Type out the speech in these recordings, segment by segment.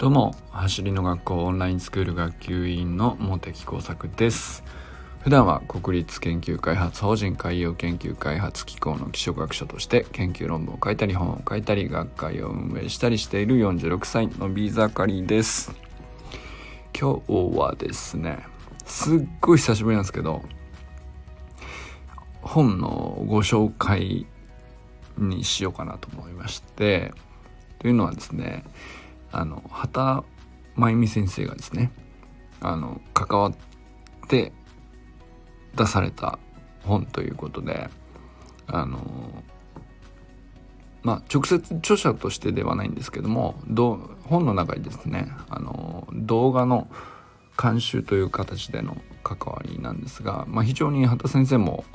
どうも、走りの学校オンラインスクール学級委員の茂木耕作です。普段は国立研究開発法人海洋研究開発機構の基礎学書として研究論文を書いたり本を書いたり学会を運営したりしている46歳のビー盛りです。今日はですね、すっごい久しぶりなんですけど、本のご紹介にしようかなと思いまして、というのはですね、畑真由美先生がですね関わって出された本ということで直接著者としてではないんですけども、本の中にですね動画の監修という形での関わりなんですが、非常に畑先生も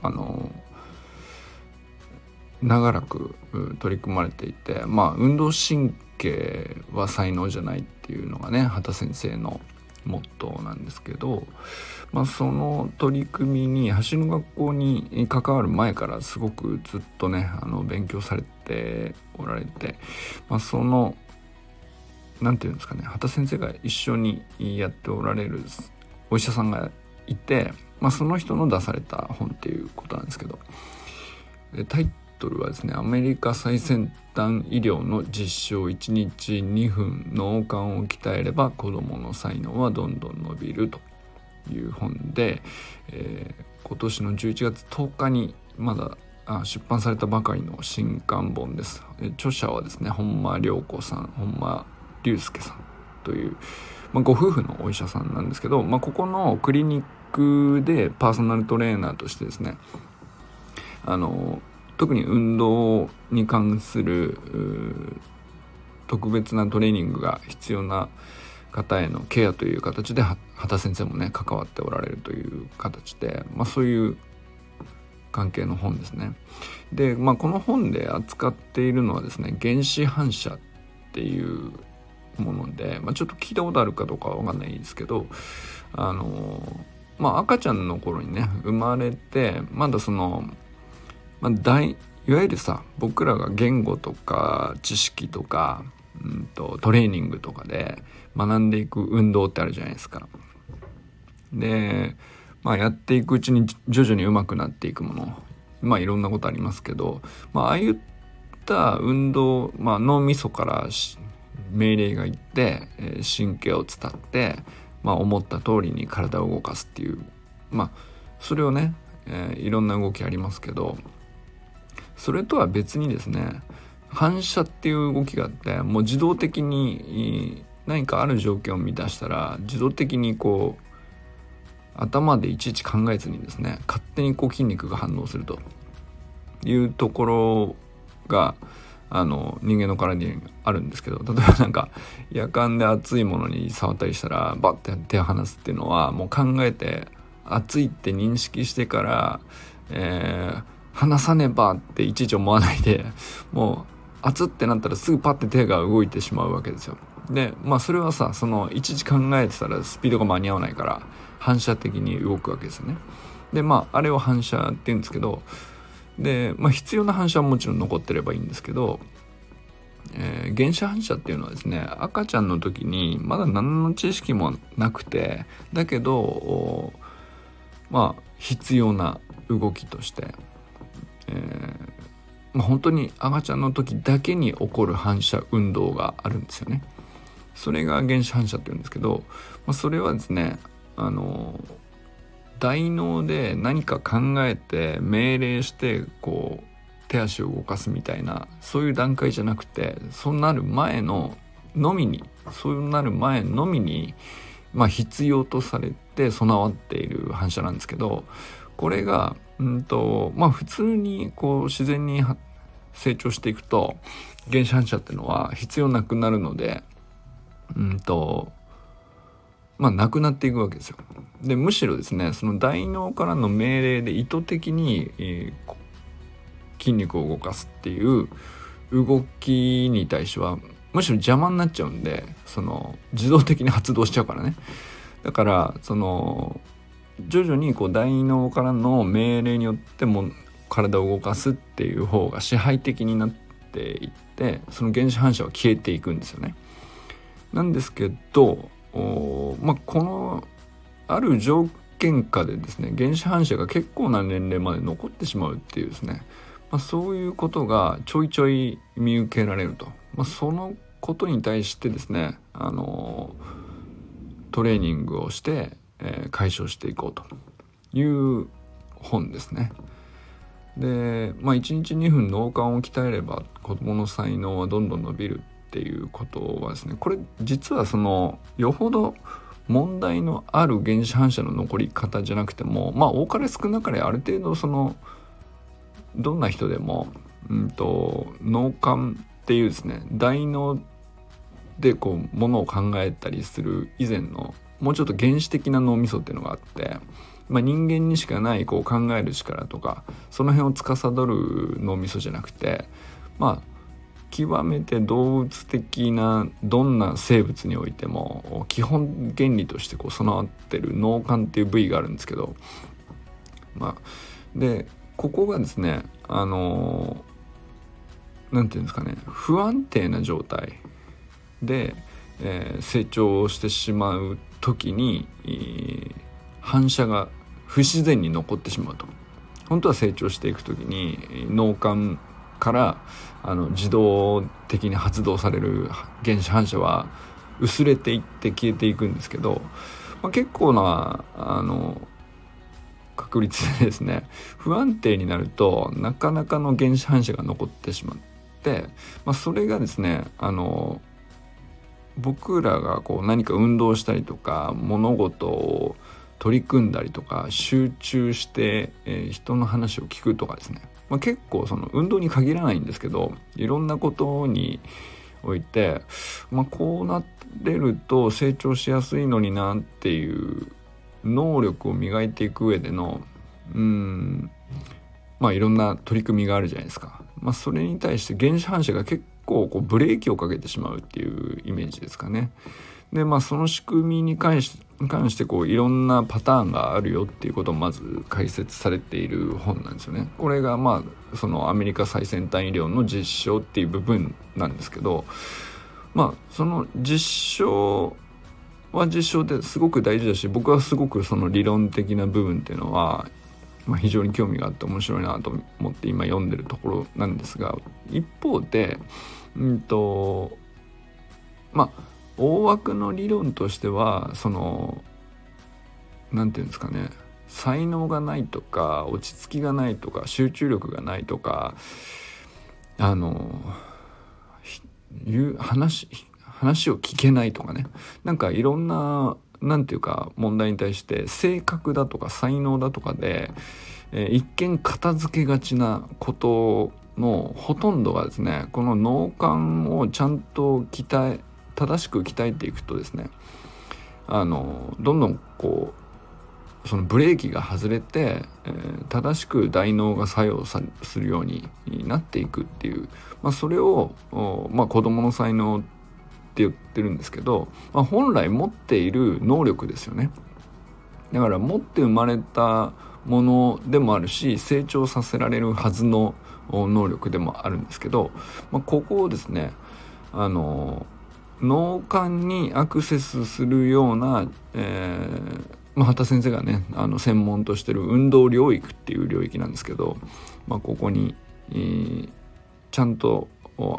長らく取り組まれていて、運動神経は才能じゃないっていうのがね畑先生のモットーなんですけど、その取り組みに走りの学校に関わる前からすごくずっとね勉強されておられて、そのなんていうんですかね、畑先生が一緒にやっておられるお医者さんがいて、その人の出された本っていうことなんですけど、タイトルはですね、アメリカ最先端医療の実証1日2分脳幹を鍛えれば子どもの才能はどんどん伸びるという本で、今年の11月10日にまだ出版されたばかりの新刊本です。著者はですね本間良子さん、本間隆介さんという、ご夫婦のお医者さんなんですけど、ここのクリニックでパーソナルトレーナーとしてですね特に運動に関する特別なトレーニングが必要な方へのケアという形で畑先生もね関わっておられるという形で、そういう関係の本ですね。で、この本で扱っているのはですね、原子反射っていうもので、ちょっと聞いたことあるかどうかは分かんないですけど、赤ちゃんの頃にね生まれてまだいわゆる僕らが言語とか知識とか、トレーニングとかで学んでいく運動ってあるじゃないですか。で、やっていくうちに徐々に上手くなっていくもの、いろんなことありますけど、ああいった運動、脳みそから命令がいって、神経を伝って、思った通りに体を動かすっていう、それをね、いろんな動きありますけど、それとは別にですね、反射っていう動きがあって、もう自動的に何かある条件を満たしたら自動的に頭でいちいち考えずにですね、勝手に筋肉が反応するというところが人間の体にあるんですけど、例えば夜間で熱いものに触ったりしたらバッて手を離すっていうのはもう考えて熱いって認識してから、離さねばっていちいち思わないで、もう熱ってなったらすぐパッて手が動いてしまうわけですよ。でそれはいちいち考えてたらスピードが間に合わないから反射的に動くわけですよね。であれを反射って言うんですけど、で必要な反射はもちろん残ってればいいんですけど、原子反射っていうのはですね、赤ちゃんの時にまだ何の知識もなくて、だけど必要な動きとして、本当に赤ちゃんの時だけに起こる反射運動があるんですよね。それが原子反射っていうんですけど、それはですね大脳で何か考えて命令して手足を動かすみたいな、そういう段階じゃなくて、そうなる前のみに必要とされて備わっている反射なんですけど、これが普通に自然に成長していくと原子反射っていうのは必要なくなるのでなくなっていくわけですよ。でむしろですね、その大脳からの命令で意図的に、筋肉を動かすっていう動きに対してはむしろ邪魔になっちゃうんで、自動的に発動しちゃうからね。だから徐々に大脳からの命令によっても体を動かすっていう方が支配的になっていって、その原子反射は消えていくんですよね。 なんですけど、このある条件下でですね、原始反射が結構な年齢まで残ってしまうっていうですね、そういうことがちょいちょい見受けられると、そのことに対してですね、トレーニングをして、解消していこうという本ですね。で、1日2分脳幹を鍛えれば子どもの才能はどんどん伸びるっていうことはですね、これ実はよほど問題のある原始反射の残り方じゃなくても、多かれ少なかれある程度どんな人でも、脳幹っていうですね、大脳でものを考えたりする以前のもうちょっと原始的な脳みそっていうのがあって、人間にしかない考える力とかその辺を司る脳みそじゃなくて、極めて動物的などんな生物においても基本原理として備わってる脳幹っていう部位があるんですけど、でここがですね、なんていうんですかね、不安定な状態で、成長してしまう時に、反射が不自然に残ってしまうと。本当は成長していく時に脳幹から自動的に発動される原始反射は薄れていって消えていくんですけど、結構な確率でですね、不安定になるとなかなかの原始反射が残ってしまって、それがですね、僕らが何か運動したりとか物事を取り組んだりとか集中して、人の話を聞くとかですね、結構運動に限らないんですけど、いろんなことにおいて、こうなれると成長しやすいのになっていう能力を磨いていく上でのいろんな取り組みがあるじゃないですか。それに対して原始反射が結構ブレーキをかけてしまうっていうイメージですかね。でその仕組みに関していろんなパターンがあるよっていうことをまず解説されている本なんですよね。これがアメリカ最先端医療の実証っていう部分なんですけど、その実証は実証ですごく大事だし、僕はすごく理論的な部分っていうのは非常に興味があって面白いなと思って今読んでるところなんですが、一方で大枠の理論としてはなんていうんですかね、才能がないとか落ち着きがないとか集中力がないとか話を聞けないとかね、いろんななんていうか問題に対して性格だとか才能だとかで、一見片付けがちなことのほとんどがですね、この脳幹をちゃんと正しく鍛えていくとですね、どんどんそのブレーキが外れて、正しく大脳が作用するようになっていくっていう、それを、子どもの才能って言ってるんですけど、本来持っている能力ですよね。だから持って生まれたものでもあるし、成長させられるはずの能力でもあるんですけど、ここをですね、脳幹にアクセスするような、畑先生がね専門としてる運動領域っていう領域なんですけど、ここに、ちゃんと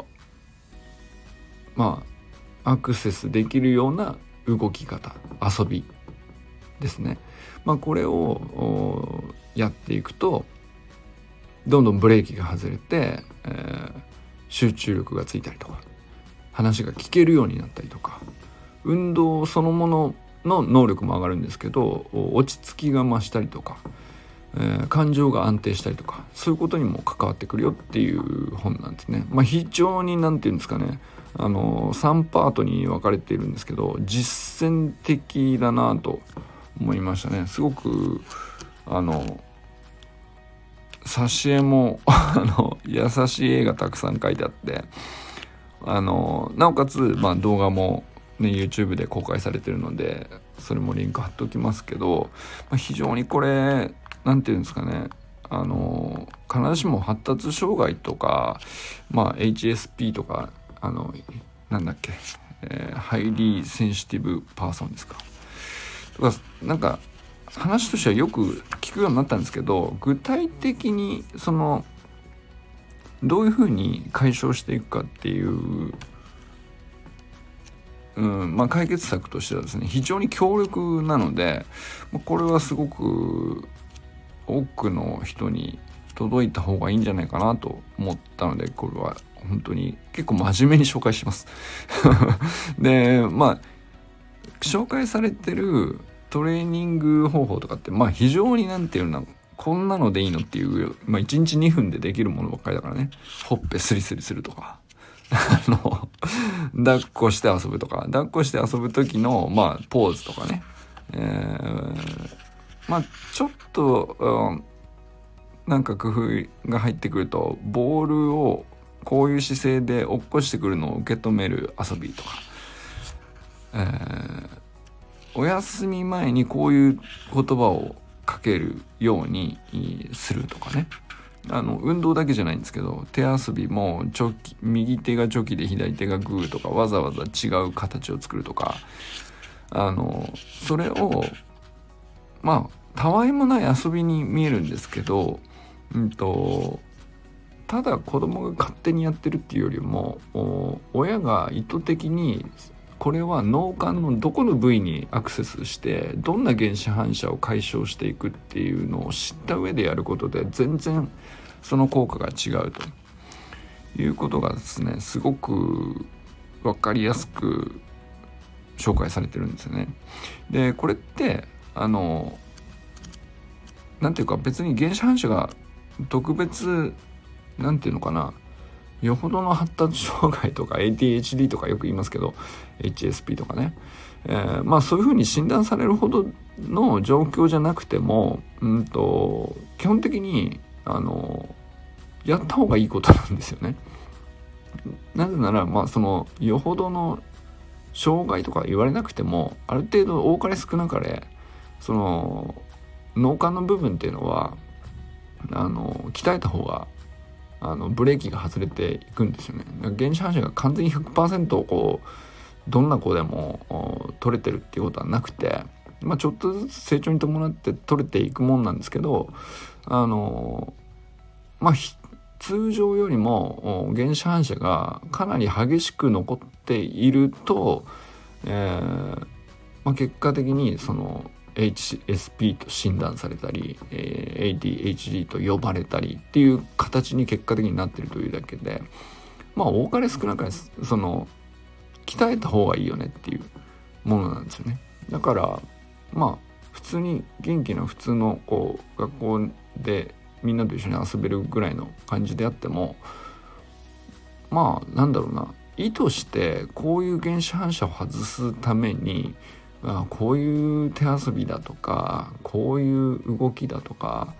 アクセスできるような動き方、遊びですね。これをやっていくとどんどんブレーキが外れて、集中力がついたりとか話が聞けるようになったりとか、運動そのものの能力も上がるんですけど、落ち着きが増したりとか、感情が安定したりとか、そういうことにも関わってくるよっていう本なんですね。非常になんていうんですかね、3パートに分かれているんですけど、実践的だなと思いましたね。すごく挿絵も優しい絵がたくさん描いてあって、なおかつ、動画も、YouTube で公開されてるのでそれもリンク貼っておきますけど、非常にこれなんていうんですかね、必ずしも発達障害とか、HSP とかなんだっけ、 ハイリーセンシティブパーソンですかとか、なんか話としてはよく聞くようになったんですけど、具体的にそのどういうふうに解消していくかっていう、解決策としてはですね、非常に強力なので、これはすごく多くの人に届いた方がいいんじゃないかなと思ったので、これは本当に結構真面目に紹介しますで、紹介されてるトレーニング方法とかって、非常になんていうの、こんなのでいいのっていう、1日2分でできるものばっかりだからね。ほっぺスリスリするとか抱っこして遊ぶとか、抱っこして遊ぶ時のポーズとかね、ちょっと、なんか工夫が入ってくると、ボールをこういう姿勢で落っこしてくるのを受け止める遊びとか、お休み前にこういう言葉をかけるようにするとかね。運動だけじゃないんですけど、手遊びも右手がチョキで左手がグーとか、わざわざ違う形を作るとか、それをたわいもない遊びに見えるんですけど、ただ子供が勝手にやってるっていうよりも、親が意図的にこれは脳幹のどこの部位にアクセスしてどんな原始反射を解消していくっていうのを知った上でやることで、全然その効果が違うということがですね、すごく分かりやすく紹介されてるんですよね。でこれってなんていうか、別に原始反射が特別なんていうのかな、よほどの発達障害とか ADHD とかよく言いますけど、 HSP とかね、そういうふうに診断されるほどの状況じゃなくても、基本的にやった方がいいことなんですよね。なぜならそのよほどの障害とか言われなくても、ある程度多かれ少なかれその脳幹の部分っていうのは鍛えた方がブレーキが外れていくんですよね。原始反射が完全に 100% こうどんな子でも取れてるっていうことはなくて、ちょっとずつ成長に伴って取れていくもんなんですけど、通常よりも原始反射がかなり激しく残っていると、結果的にそのHSP と診断されたり、ADHD と呼ばれたりっていう形に結果的になっているというだけで、多かれ少なかれその鍛えた方がいいよねっていうものなんですよね。だから普通に元気な普通の学校でみんなと一緒に遊べるぐらいの感じであっても、意図してこういう原始反射を外すためにこういう手遊びだとか、こういう動きだとか、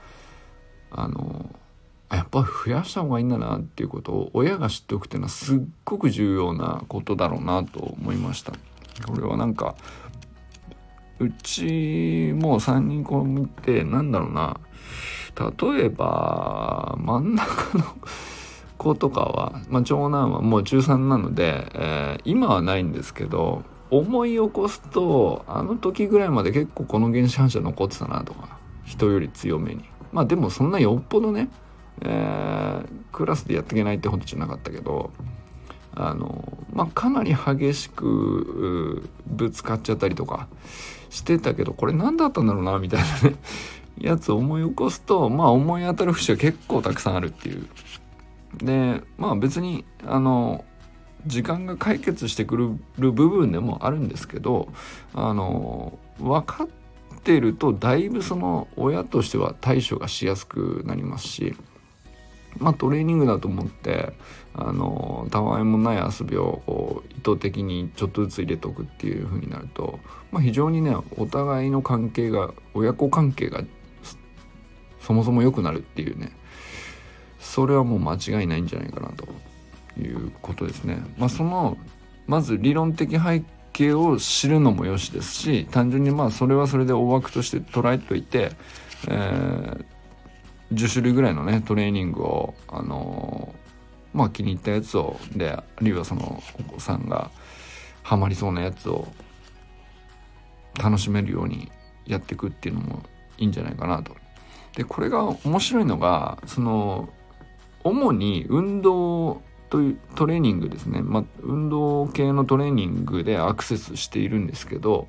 やっぱ増やした方がいいんだなっていうことを親が知っておくっていうのはすっごく重要なことだろうなと思いました。これはうちも3人子供いて、例えば真ん中の子とかは、長男はもう中3なので、今はないんですけど、思い起こすとあの時ぐらいまで結構この原始反射残ってたなとか、人より強めに。でもそんなよっぽどね、クラスでやっていけないってほどじゃなかったけど、かなり激しくぶつかっちゃったりとかしてたけど、これ何だったんだろうなみたいなねやつを思い起こすと、思い当たる節は結構たくさんあるっていう。で別に時間が解決してくる部分でもあるんですけど、分かってるとだいぶその親としては対処がしやすくなりますし、トレーニングだと思ってたわいもない遊びを意図的にちょっとずつ入れておくっていう風になると、非常にね、お互いの関係が、親子関係がそもそも良くなるっていうね、それはもう間違いないんじゃないかなということですね。まず理論的背景を知るのもよしですし、単純にそれはそれで大枠として捉えておいて、10種類ぐらいのねトレーニングを気に入ったやつをあるいはそのお子さんがハマりそうなやつを楽しめるようにやっていくっていうのもいいんじゃないかなと。でこれが面白いのが主に運動というトレーニングですね、運動系のトレーニングでアクセスしているんですけど、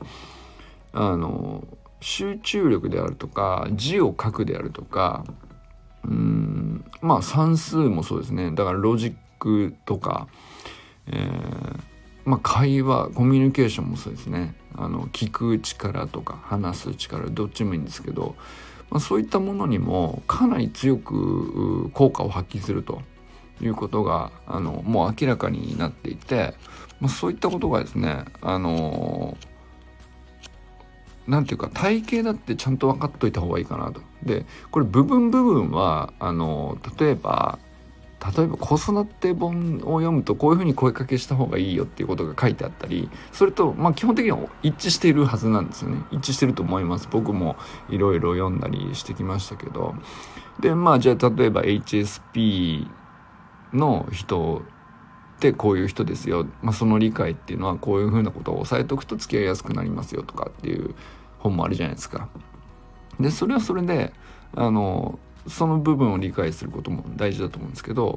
集中力であるとか字を書くであるとか算数もそうですね。だからロジックとか、会話コミュニケーションもそうですね。聞く力とか話す力どっちもいいんですけど、そういったものにもかなり強く効果を発揮するということがもう明らかになっていて、そういったことがですねなんていうか体系だってちゃんと分かっといた方がいいかなと。でこれ部分は例えば子育て本を読むとこういうふうに声かけした方がいいよっていうことが書いてあったり、それと基本的には一致しているはずなんですよね。一致してると思います。僕もいろいろ読んだりしてきましたけど、でじゃあ例えば HSP の人ってこういう人ですよ、その理解っていうのはこういうふうなことを押さえておくと付き合いやすくなりますよとかっていう本もあるじゃないですか。でそれはそれでその部分を理解することも大事だと思うんですけど、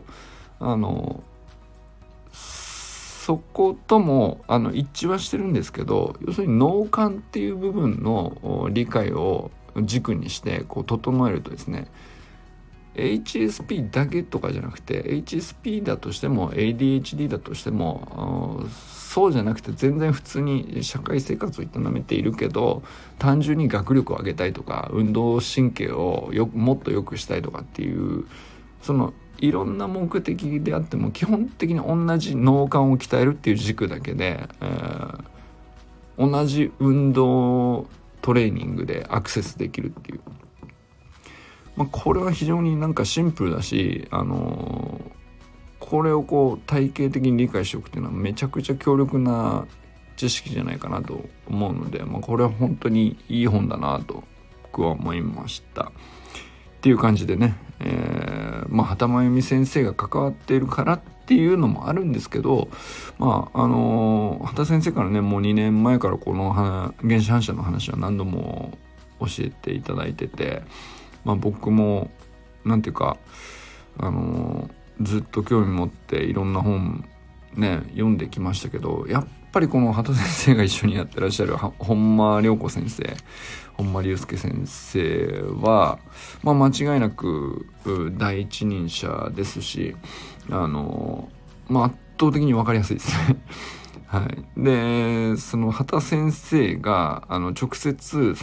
そことも一致はしてるんですけど、要するに脳幹っていう部分の理解を軸にして整えるとですね、HSP だけとかじゃなくて HSP だとしても ADHD だとしてもそうじゃなくて全然普通に社会生活を営めているけど単純に学力を上げたいとか運動神経をもっと良くしたいとかっていういろんな目的であっても基本的に同じ脳幹を鍛えるっていう軸だけで、同じ運動トレーニングでアクセスできるっていう、これは非常にシンプルだし、これを体系的に理解しておくっていうのはめちゃくちゃ強力な知識じゃないかなと思うので、これは本当にいい本だなと僕は思いましたっていう感じでね、畑真由美先生が関わっているからっていうのもあるんですけど、畑先生からねもう2年前からこの原子反射の話は何度も教えていただいてて、僕もなんていうかずっと興味持っていろんな本ね読んできましたけど、やっぱりこの畑先生が一緒にやってらっしゃる本間良子先生、本間隆介先生は、間違いなく第一人者ですし、圧倒的に分かりやすいですねはい。でその畑先生が直接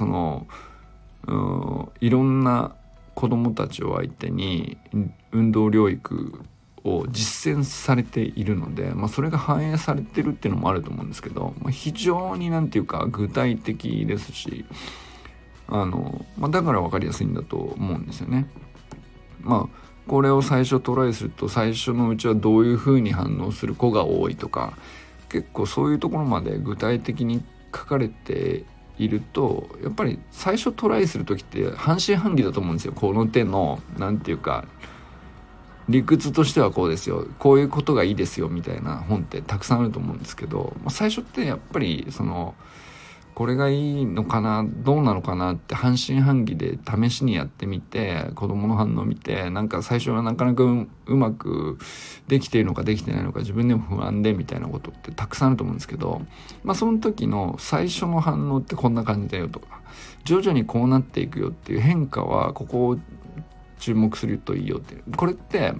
いろんな子どもたちを相手に運動療育を実践されているので、それが反映されてるっていうのもあると思うんですけど、非常になんていうか具体的ですし、だから分かりやすいんだと思うんですよね。これを最初トライすると最初のうちはどういうふうに反応する子が多いとか、結構そういうところまで具体的に書かれていると、やっぱり最初トライする時って半信半疑だと思うんですよ。この手のなんていうか理屈としてはこうですよ、こういうことがいいですよみたいな本ってたくさんあると思うんですけど、最初ってやっぱりこれがいいのかなどうなのかなって半信半疑で試しにやってみて子供の反応を見て、最初はなかなかうまくできているのかできてないのか自分でも不安でみたいなことってたくさんあると思うんですけど、その時の最初の反応ってこんな感じだよとか徐々にこうなっていくよっていう変化はここを注目するといいよっていう、これって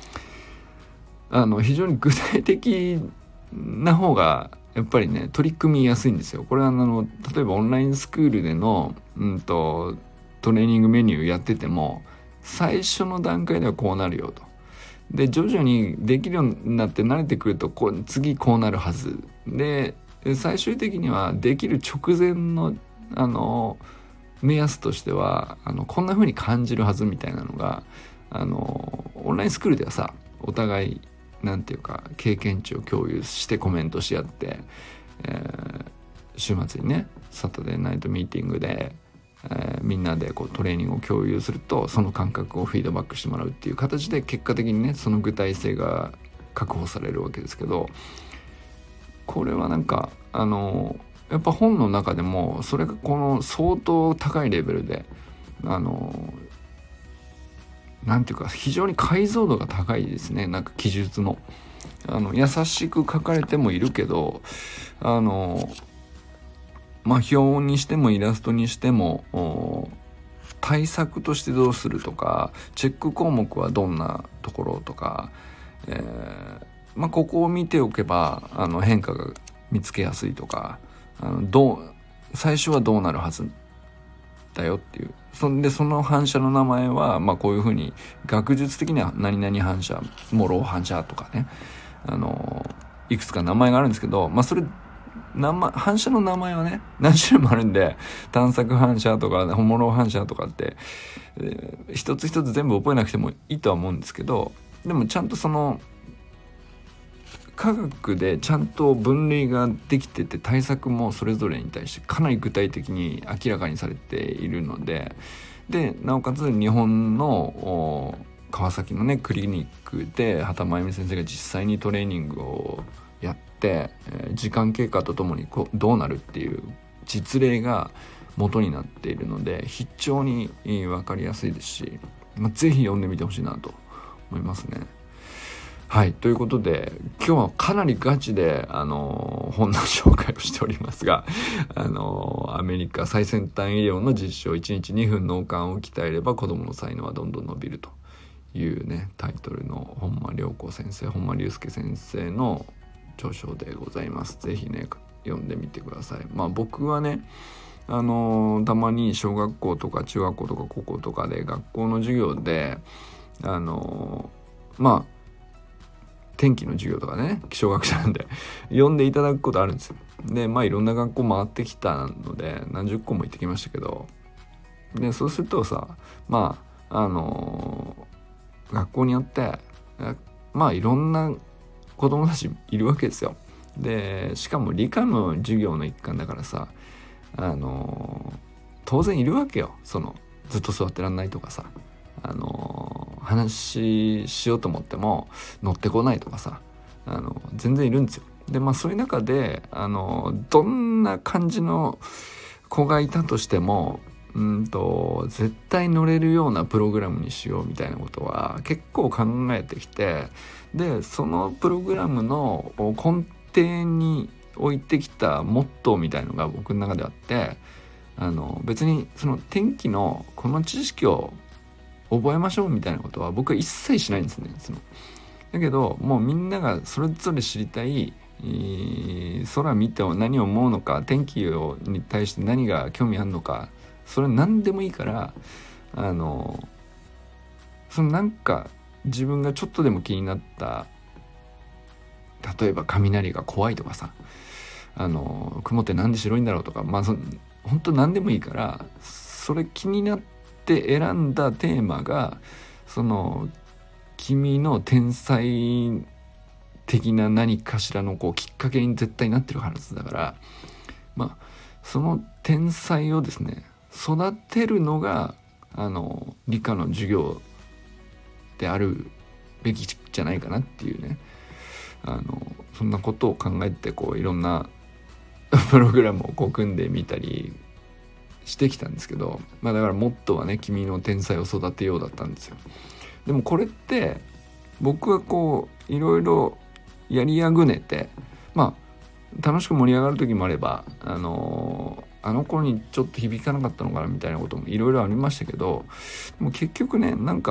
非常に具体的な方がやっぱりね取り組みやすいんですよ。これは例えばオンラインスクールでのトレーニングメニューやってても最初の段階ではこうなるよと。で徐々にできるようになって慣れてくると次こうなるはずで、最終的にはできる直前の目安としてはこんな風に感じるはずみたいなのがオンラインスクールではさお互いなんていうか経験値を共有してコメントし合って、週末にねサタデーナイトミーティングで、みんなでトレーニングを共有するとその感覚をフィードバックしてもらうっていう形で結果的にねその具体性が確保されるわけですけど、 これはなんかやっぱ本の中でもそれがこの相当高いレベルでなんていうか非常に解像度が高いですね。なんか記述も優しく書かれてもいるけど表にしてもイラストにしても対策としてどうするとかチェック項目はどんなところとか、ここを見ておけば変化が見つけやすいとか最初はどうなるはずだよっていうその反射の名前は、こういうふうに学術的には何々反射モロー反射とかねいくつか名前があるんですけど、それ反射の名前はね何種類もあるんで探索反射とかモロー反射とかって、一つ一つ全部覚えなくてもいいとは思うんですけど、でもちゃんとその科学でちゃんと分類ができてて対策もそれぞれに対してかなり具体的に明らかにされているのでなおかつ日本の川崎のねクリニックで畑真由美先生が実際にトレーニングをやって、時間経過とともにどうなるっていう実例が元になっているので非常に分かりやすいですし、ぜひ読んでみてほしいなと思いますね。はい、ということで今日はかなりガチで本の紹介をしておりますがアメリカ最先端医療の実証1日2分脳幹を鍛えれば子どもの才能はどんどん伸びるというねタイトルの本間良子先生本間隆介先生の著書でございます。ぜひね読んでみてください。僕はねたまに小学校とか中学校とか高校とかで学校の授業で天気の授業とかね気象学者なんで読んでいただくことあるんですよ。でいろんな学校回ってきたので何十個も行ってきましたけど、でそうするとさ学校によっていろんな子供たちいるわけですよ。でしかも理科の授業の一環だからさ当然いるわけよ。ずっと座ってらんないとかさ話しようと思っても乗ってこないとかさ全然いるんですよ。でそういう中でどんな感じの子がいたとしても絶対乗れるようなプログラムにしようみたいなことは結構考えてきて、でそのプログラムの根底に置いてきたモットーみたいのが僕の中であって別にその天気のこの知識を覚えましょうみたいなことは僕は一切しないんですね。だけどもうみんながそれぞれ知りたい、空見て何を思うのか天気に対して何が興味あるのかそれ何でもいいからなんか自分がちょっとでも気になった例えば雷が怖いとかさ雲ってなんで白いんだろうとか本当何でもいいからそれ気になって選んだテーマが君の天才的な何かしらのきっかけに絶対なってるはずだからその天才をですね育てるのが理科の授業であるべきじゃないかなっていうねそんなことを考えていろんなプログラムを組んでみたりしてきたんですけど、だからモットーはね君の天才を育てようだったんですよ。でもこれって僕はいろいろやりあぐねて楽しく盛り上がる時もあればあの頃にちょっと響かなかったのかなみたいなこともいろいろありましたけど、でも結局ねなん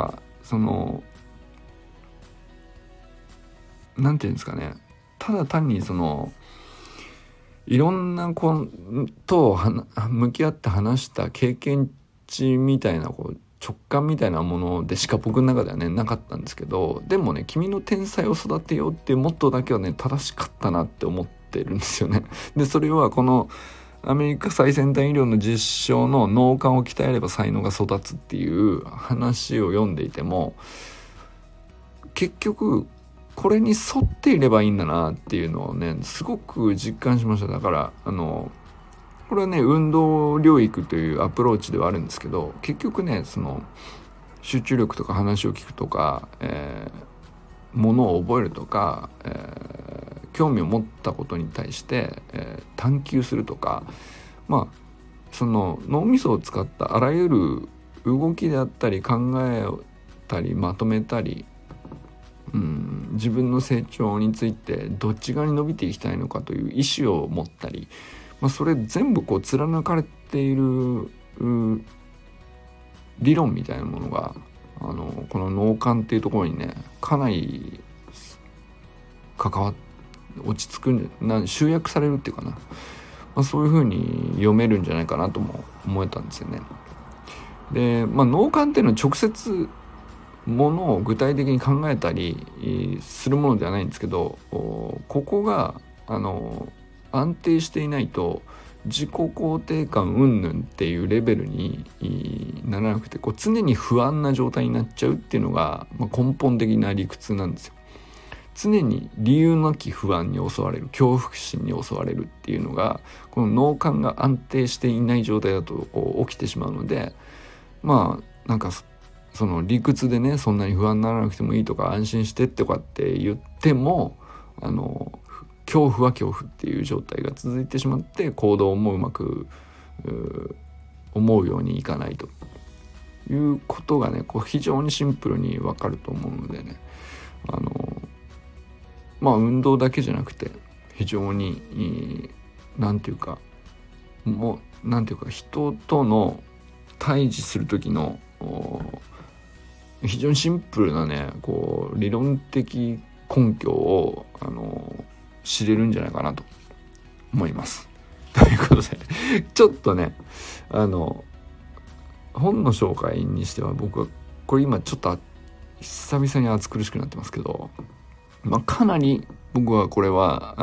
ていうんですかねただ単にいろんな子と向き合って話した経験値みたいな直感みたいなものでしか僕の中ではねなかったんですけど、でもね君の天才を育てようっていうモットーだけはね正しかったなって思ってるんですよね。でそれはこのアメリカ最先端医療の実証の脳幹を鍛えれば才能が育つっていう話を読んでいても結局これに沿っていればいいんだなっていうのをねすごく実感しました。だからこれはね運動療育というアプローチではあるんですけど、結局ね集中力とか話を聞くとか、ものを覚えるとか、 興味を持ったことに対して、探求するとか、その脳みそを使ったあらゆる動きであったり考えたりまとめたり、自分の成長についてどっち側に伸びていきたいのかという意思を持ったり、それ全部貫かれている理論みたいなものがこの脳幹っていうところにねかなり落ち着く集約されるっていうかな、そういう風に読めるんじゃないかなとも思えたんですよね。で、脳幹っていうのは直接ものを具体的に考えたりするものではないんですけど、ここが安定していないと自己肯定感云々っていうレベルにならなくて、常に不安な状態になっちゃうっていうのが、根本的な理屈なんですよ。常に理由なき不安に襲われる、恐怖心に襲われるっていうのがこの脳幹が安定していない状態だと起きてしまうので、なんかその理屈でねそんなに不安にならなくてもいいとか安心してってかって言っても恐怖は恐怖っていう状態が続いてしまって行動もうまく思うようにいかないということがね非常にシンプルに分かると思うのでね、運動だけじゃなくて非常に人との対峙する時の非常にシンプルなね理論的根拠を知れるんじゃないかなと思います。ということでちょっとね本の紹介にしては僕はこれ今ちょっと久々に暑苦しくなってますけど、かなり僕はこれは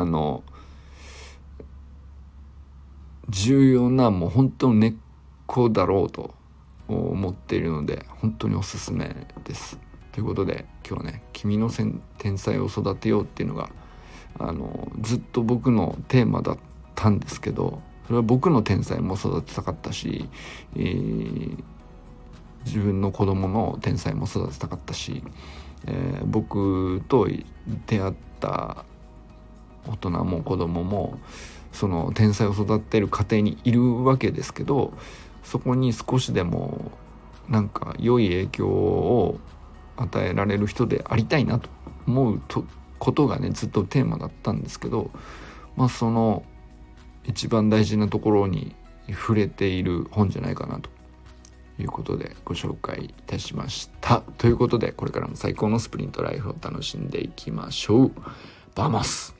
重要なもう本当の根っこだろうと思っているので本当におすすめです。ということで今日はね君の天才を育てようっていうのがずっと僕のテーマだったんですけど、それは僕の天才も育てたかったし、自分の子供の天才も育てたかったし、僕と出会った大人も子供もその天才を育てる過程にいるわけですけど、そこに少しでも良い影響を与えられる人でありたいなと思うことがねずっとテーマだったんですけど、その一番大事なところに触れている本じゃないかなということでご紹介いたしました。ということでこれからも最高のスプリントライフを楽しんでいきましょう。バモス。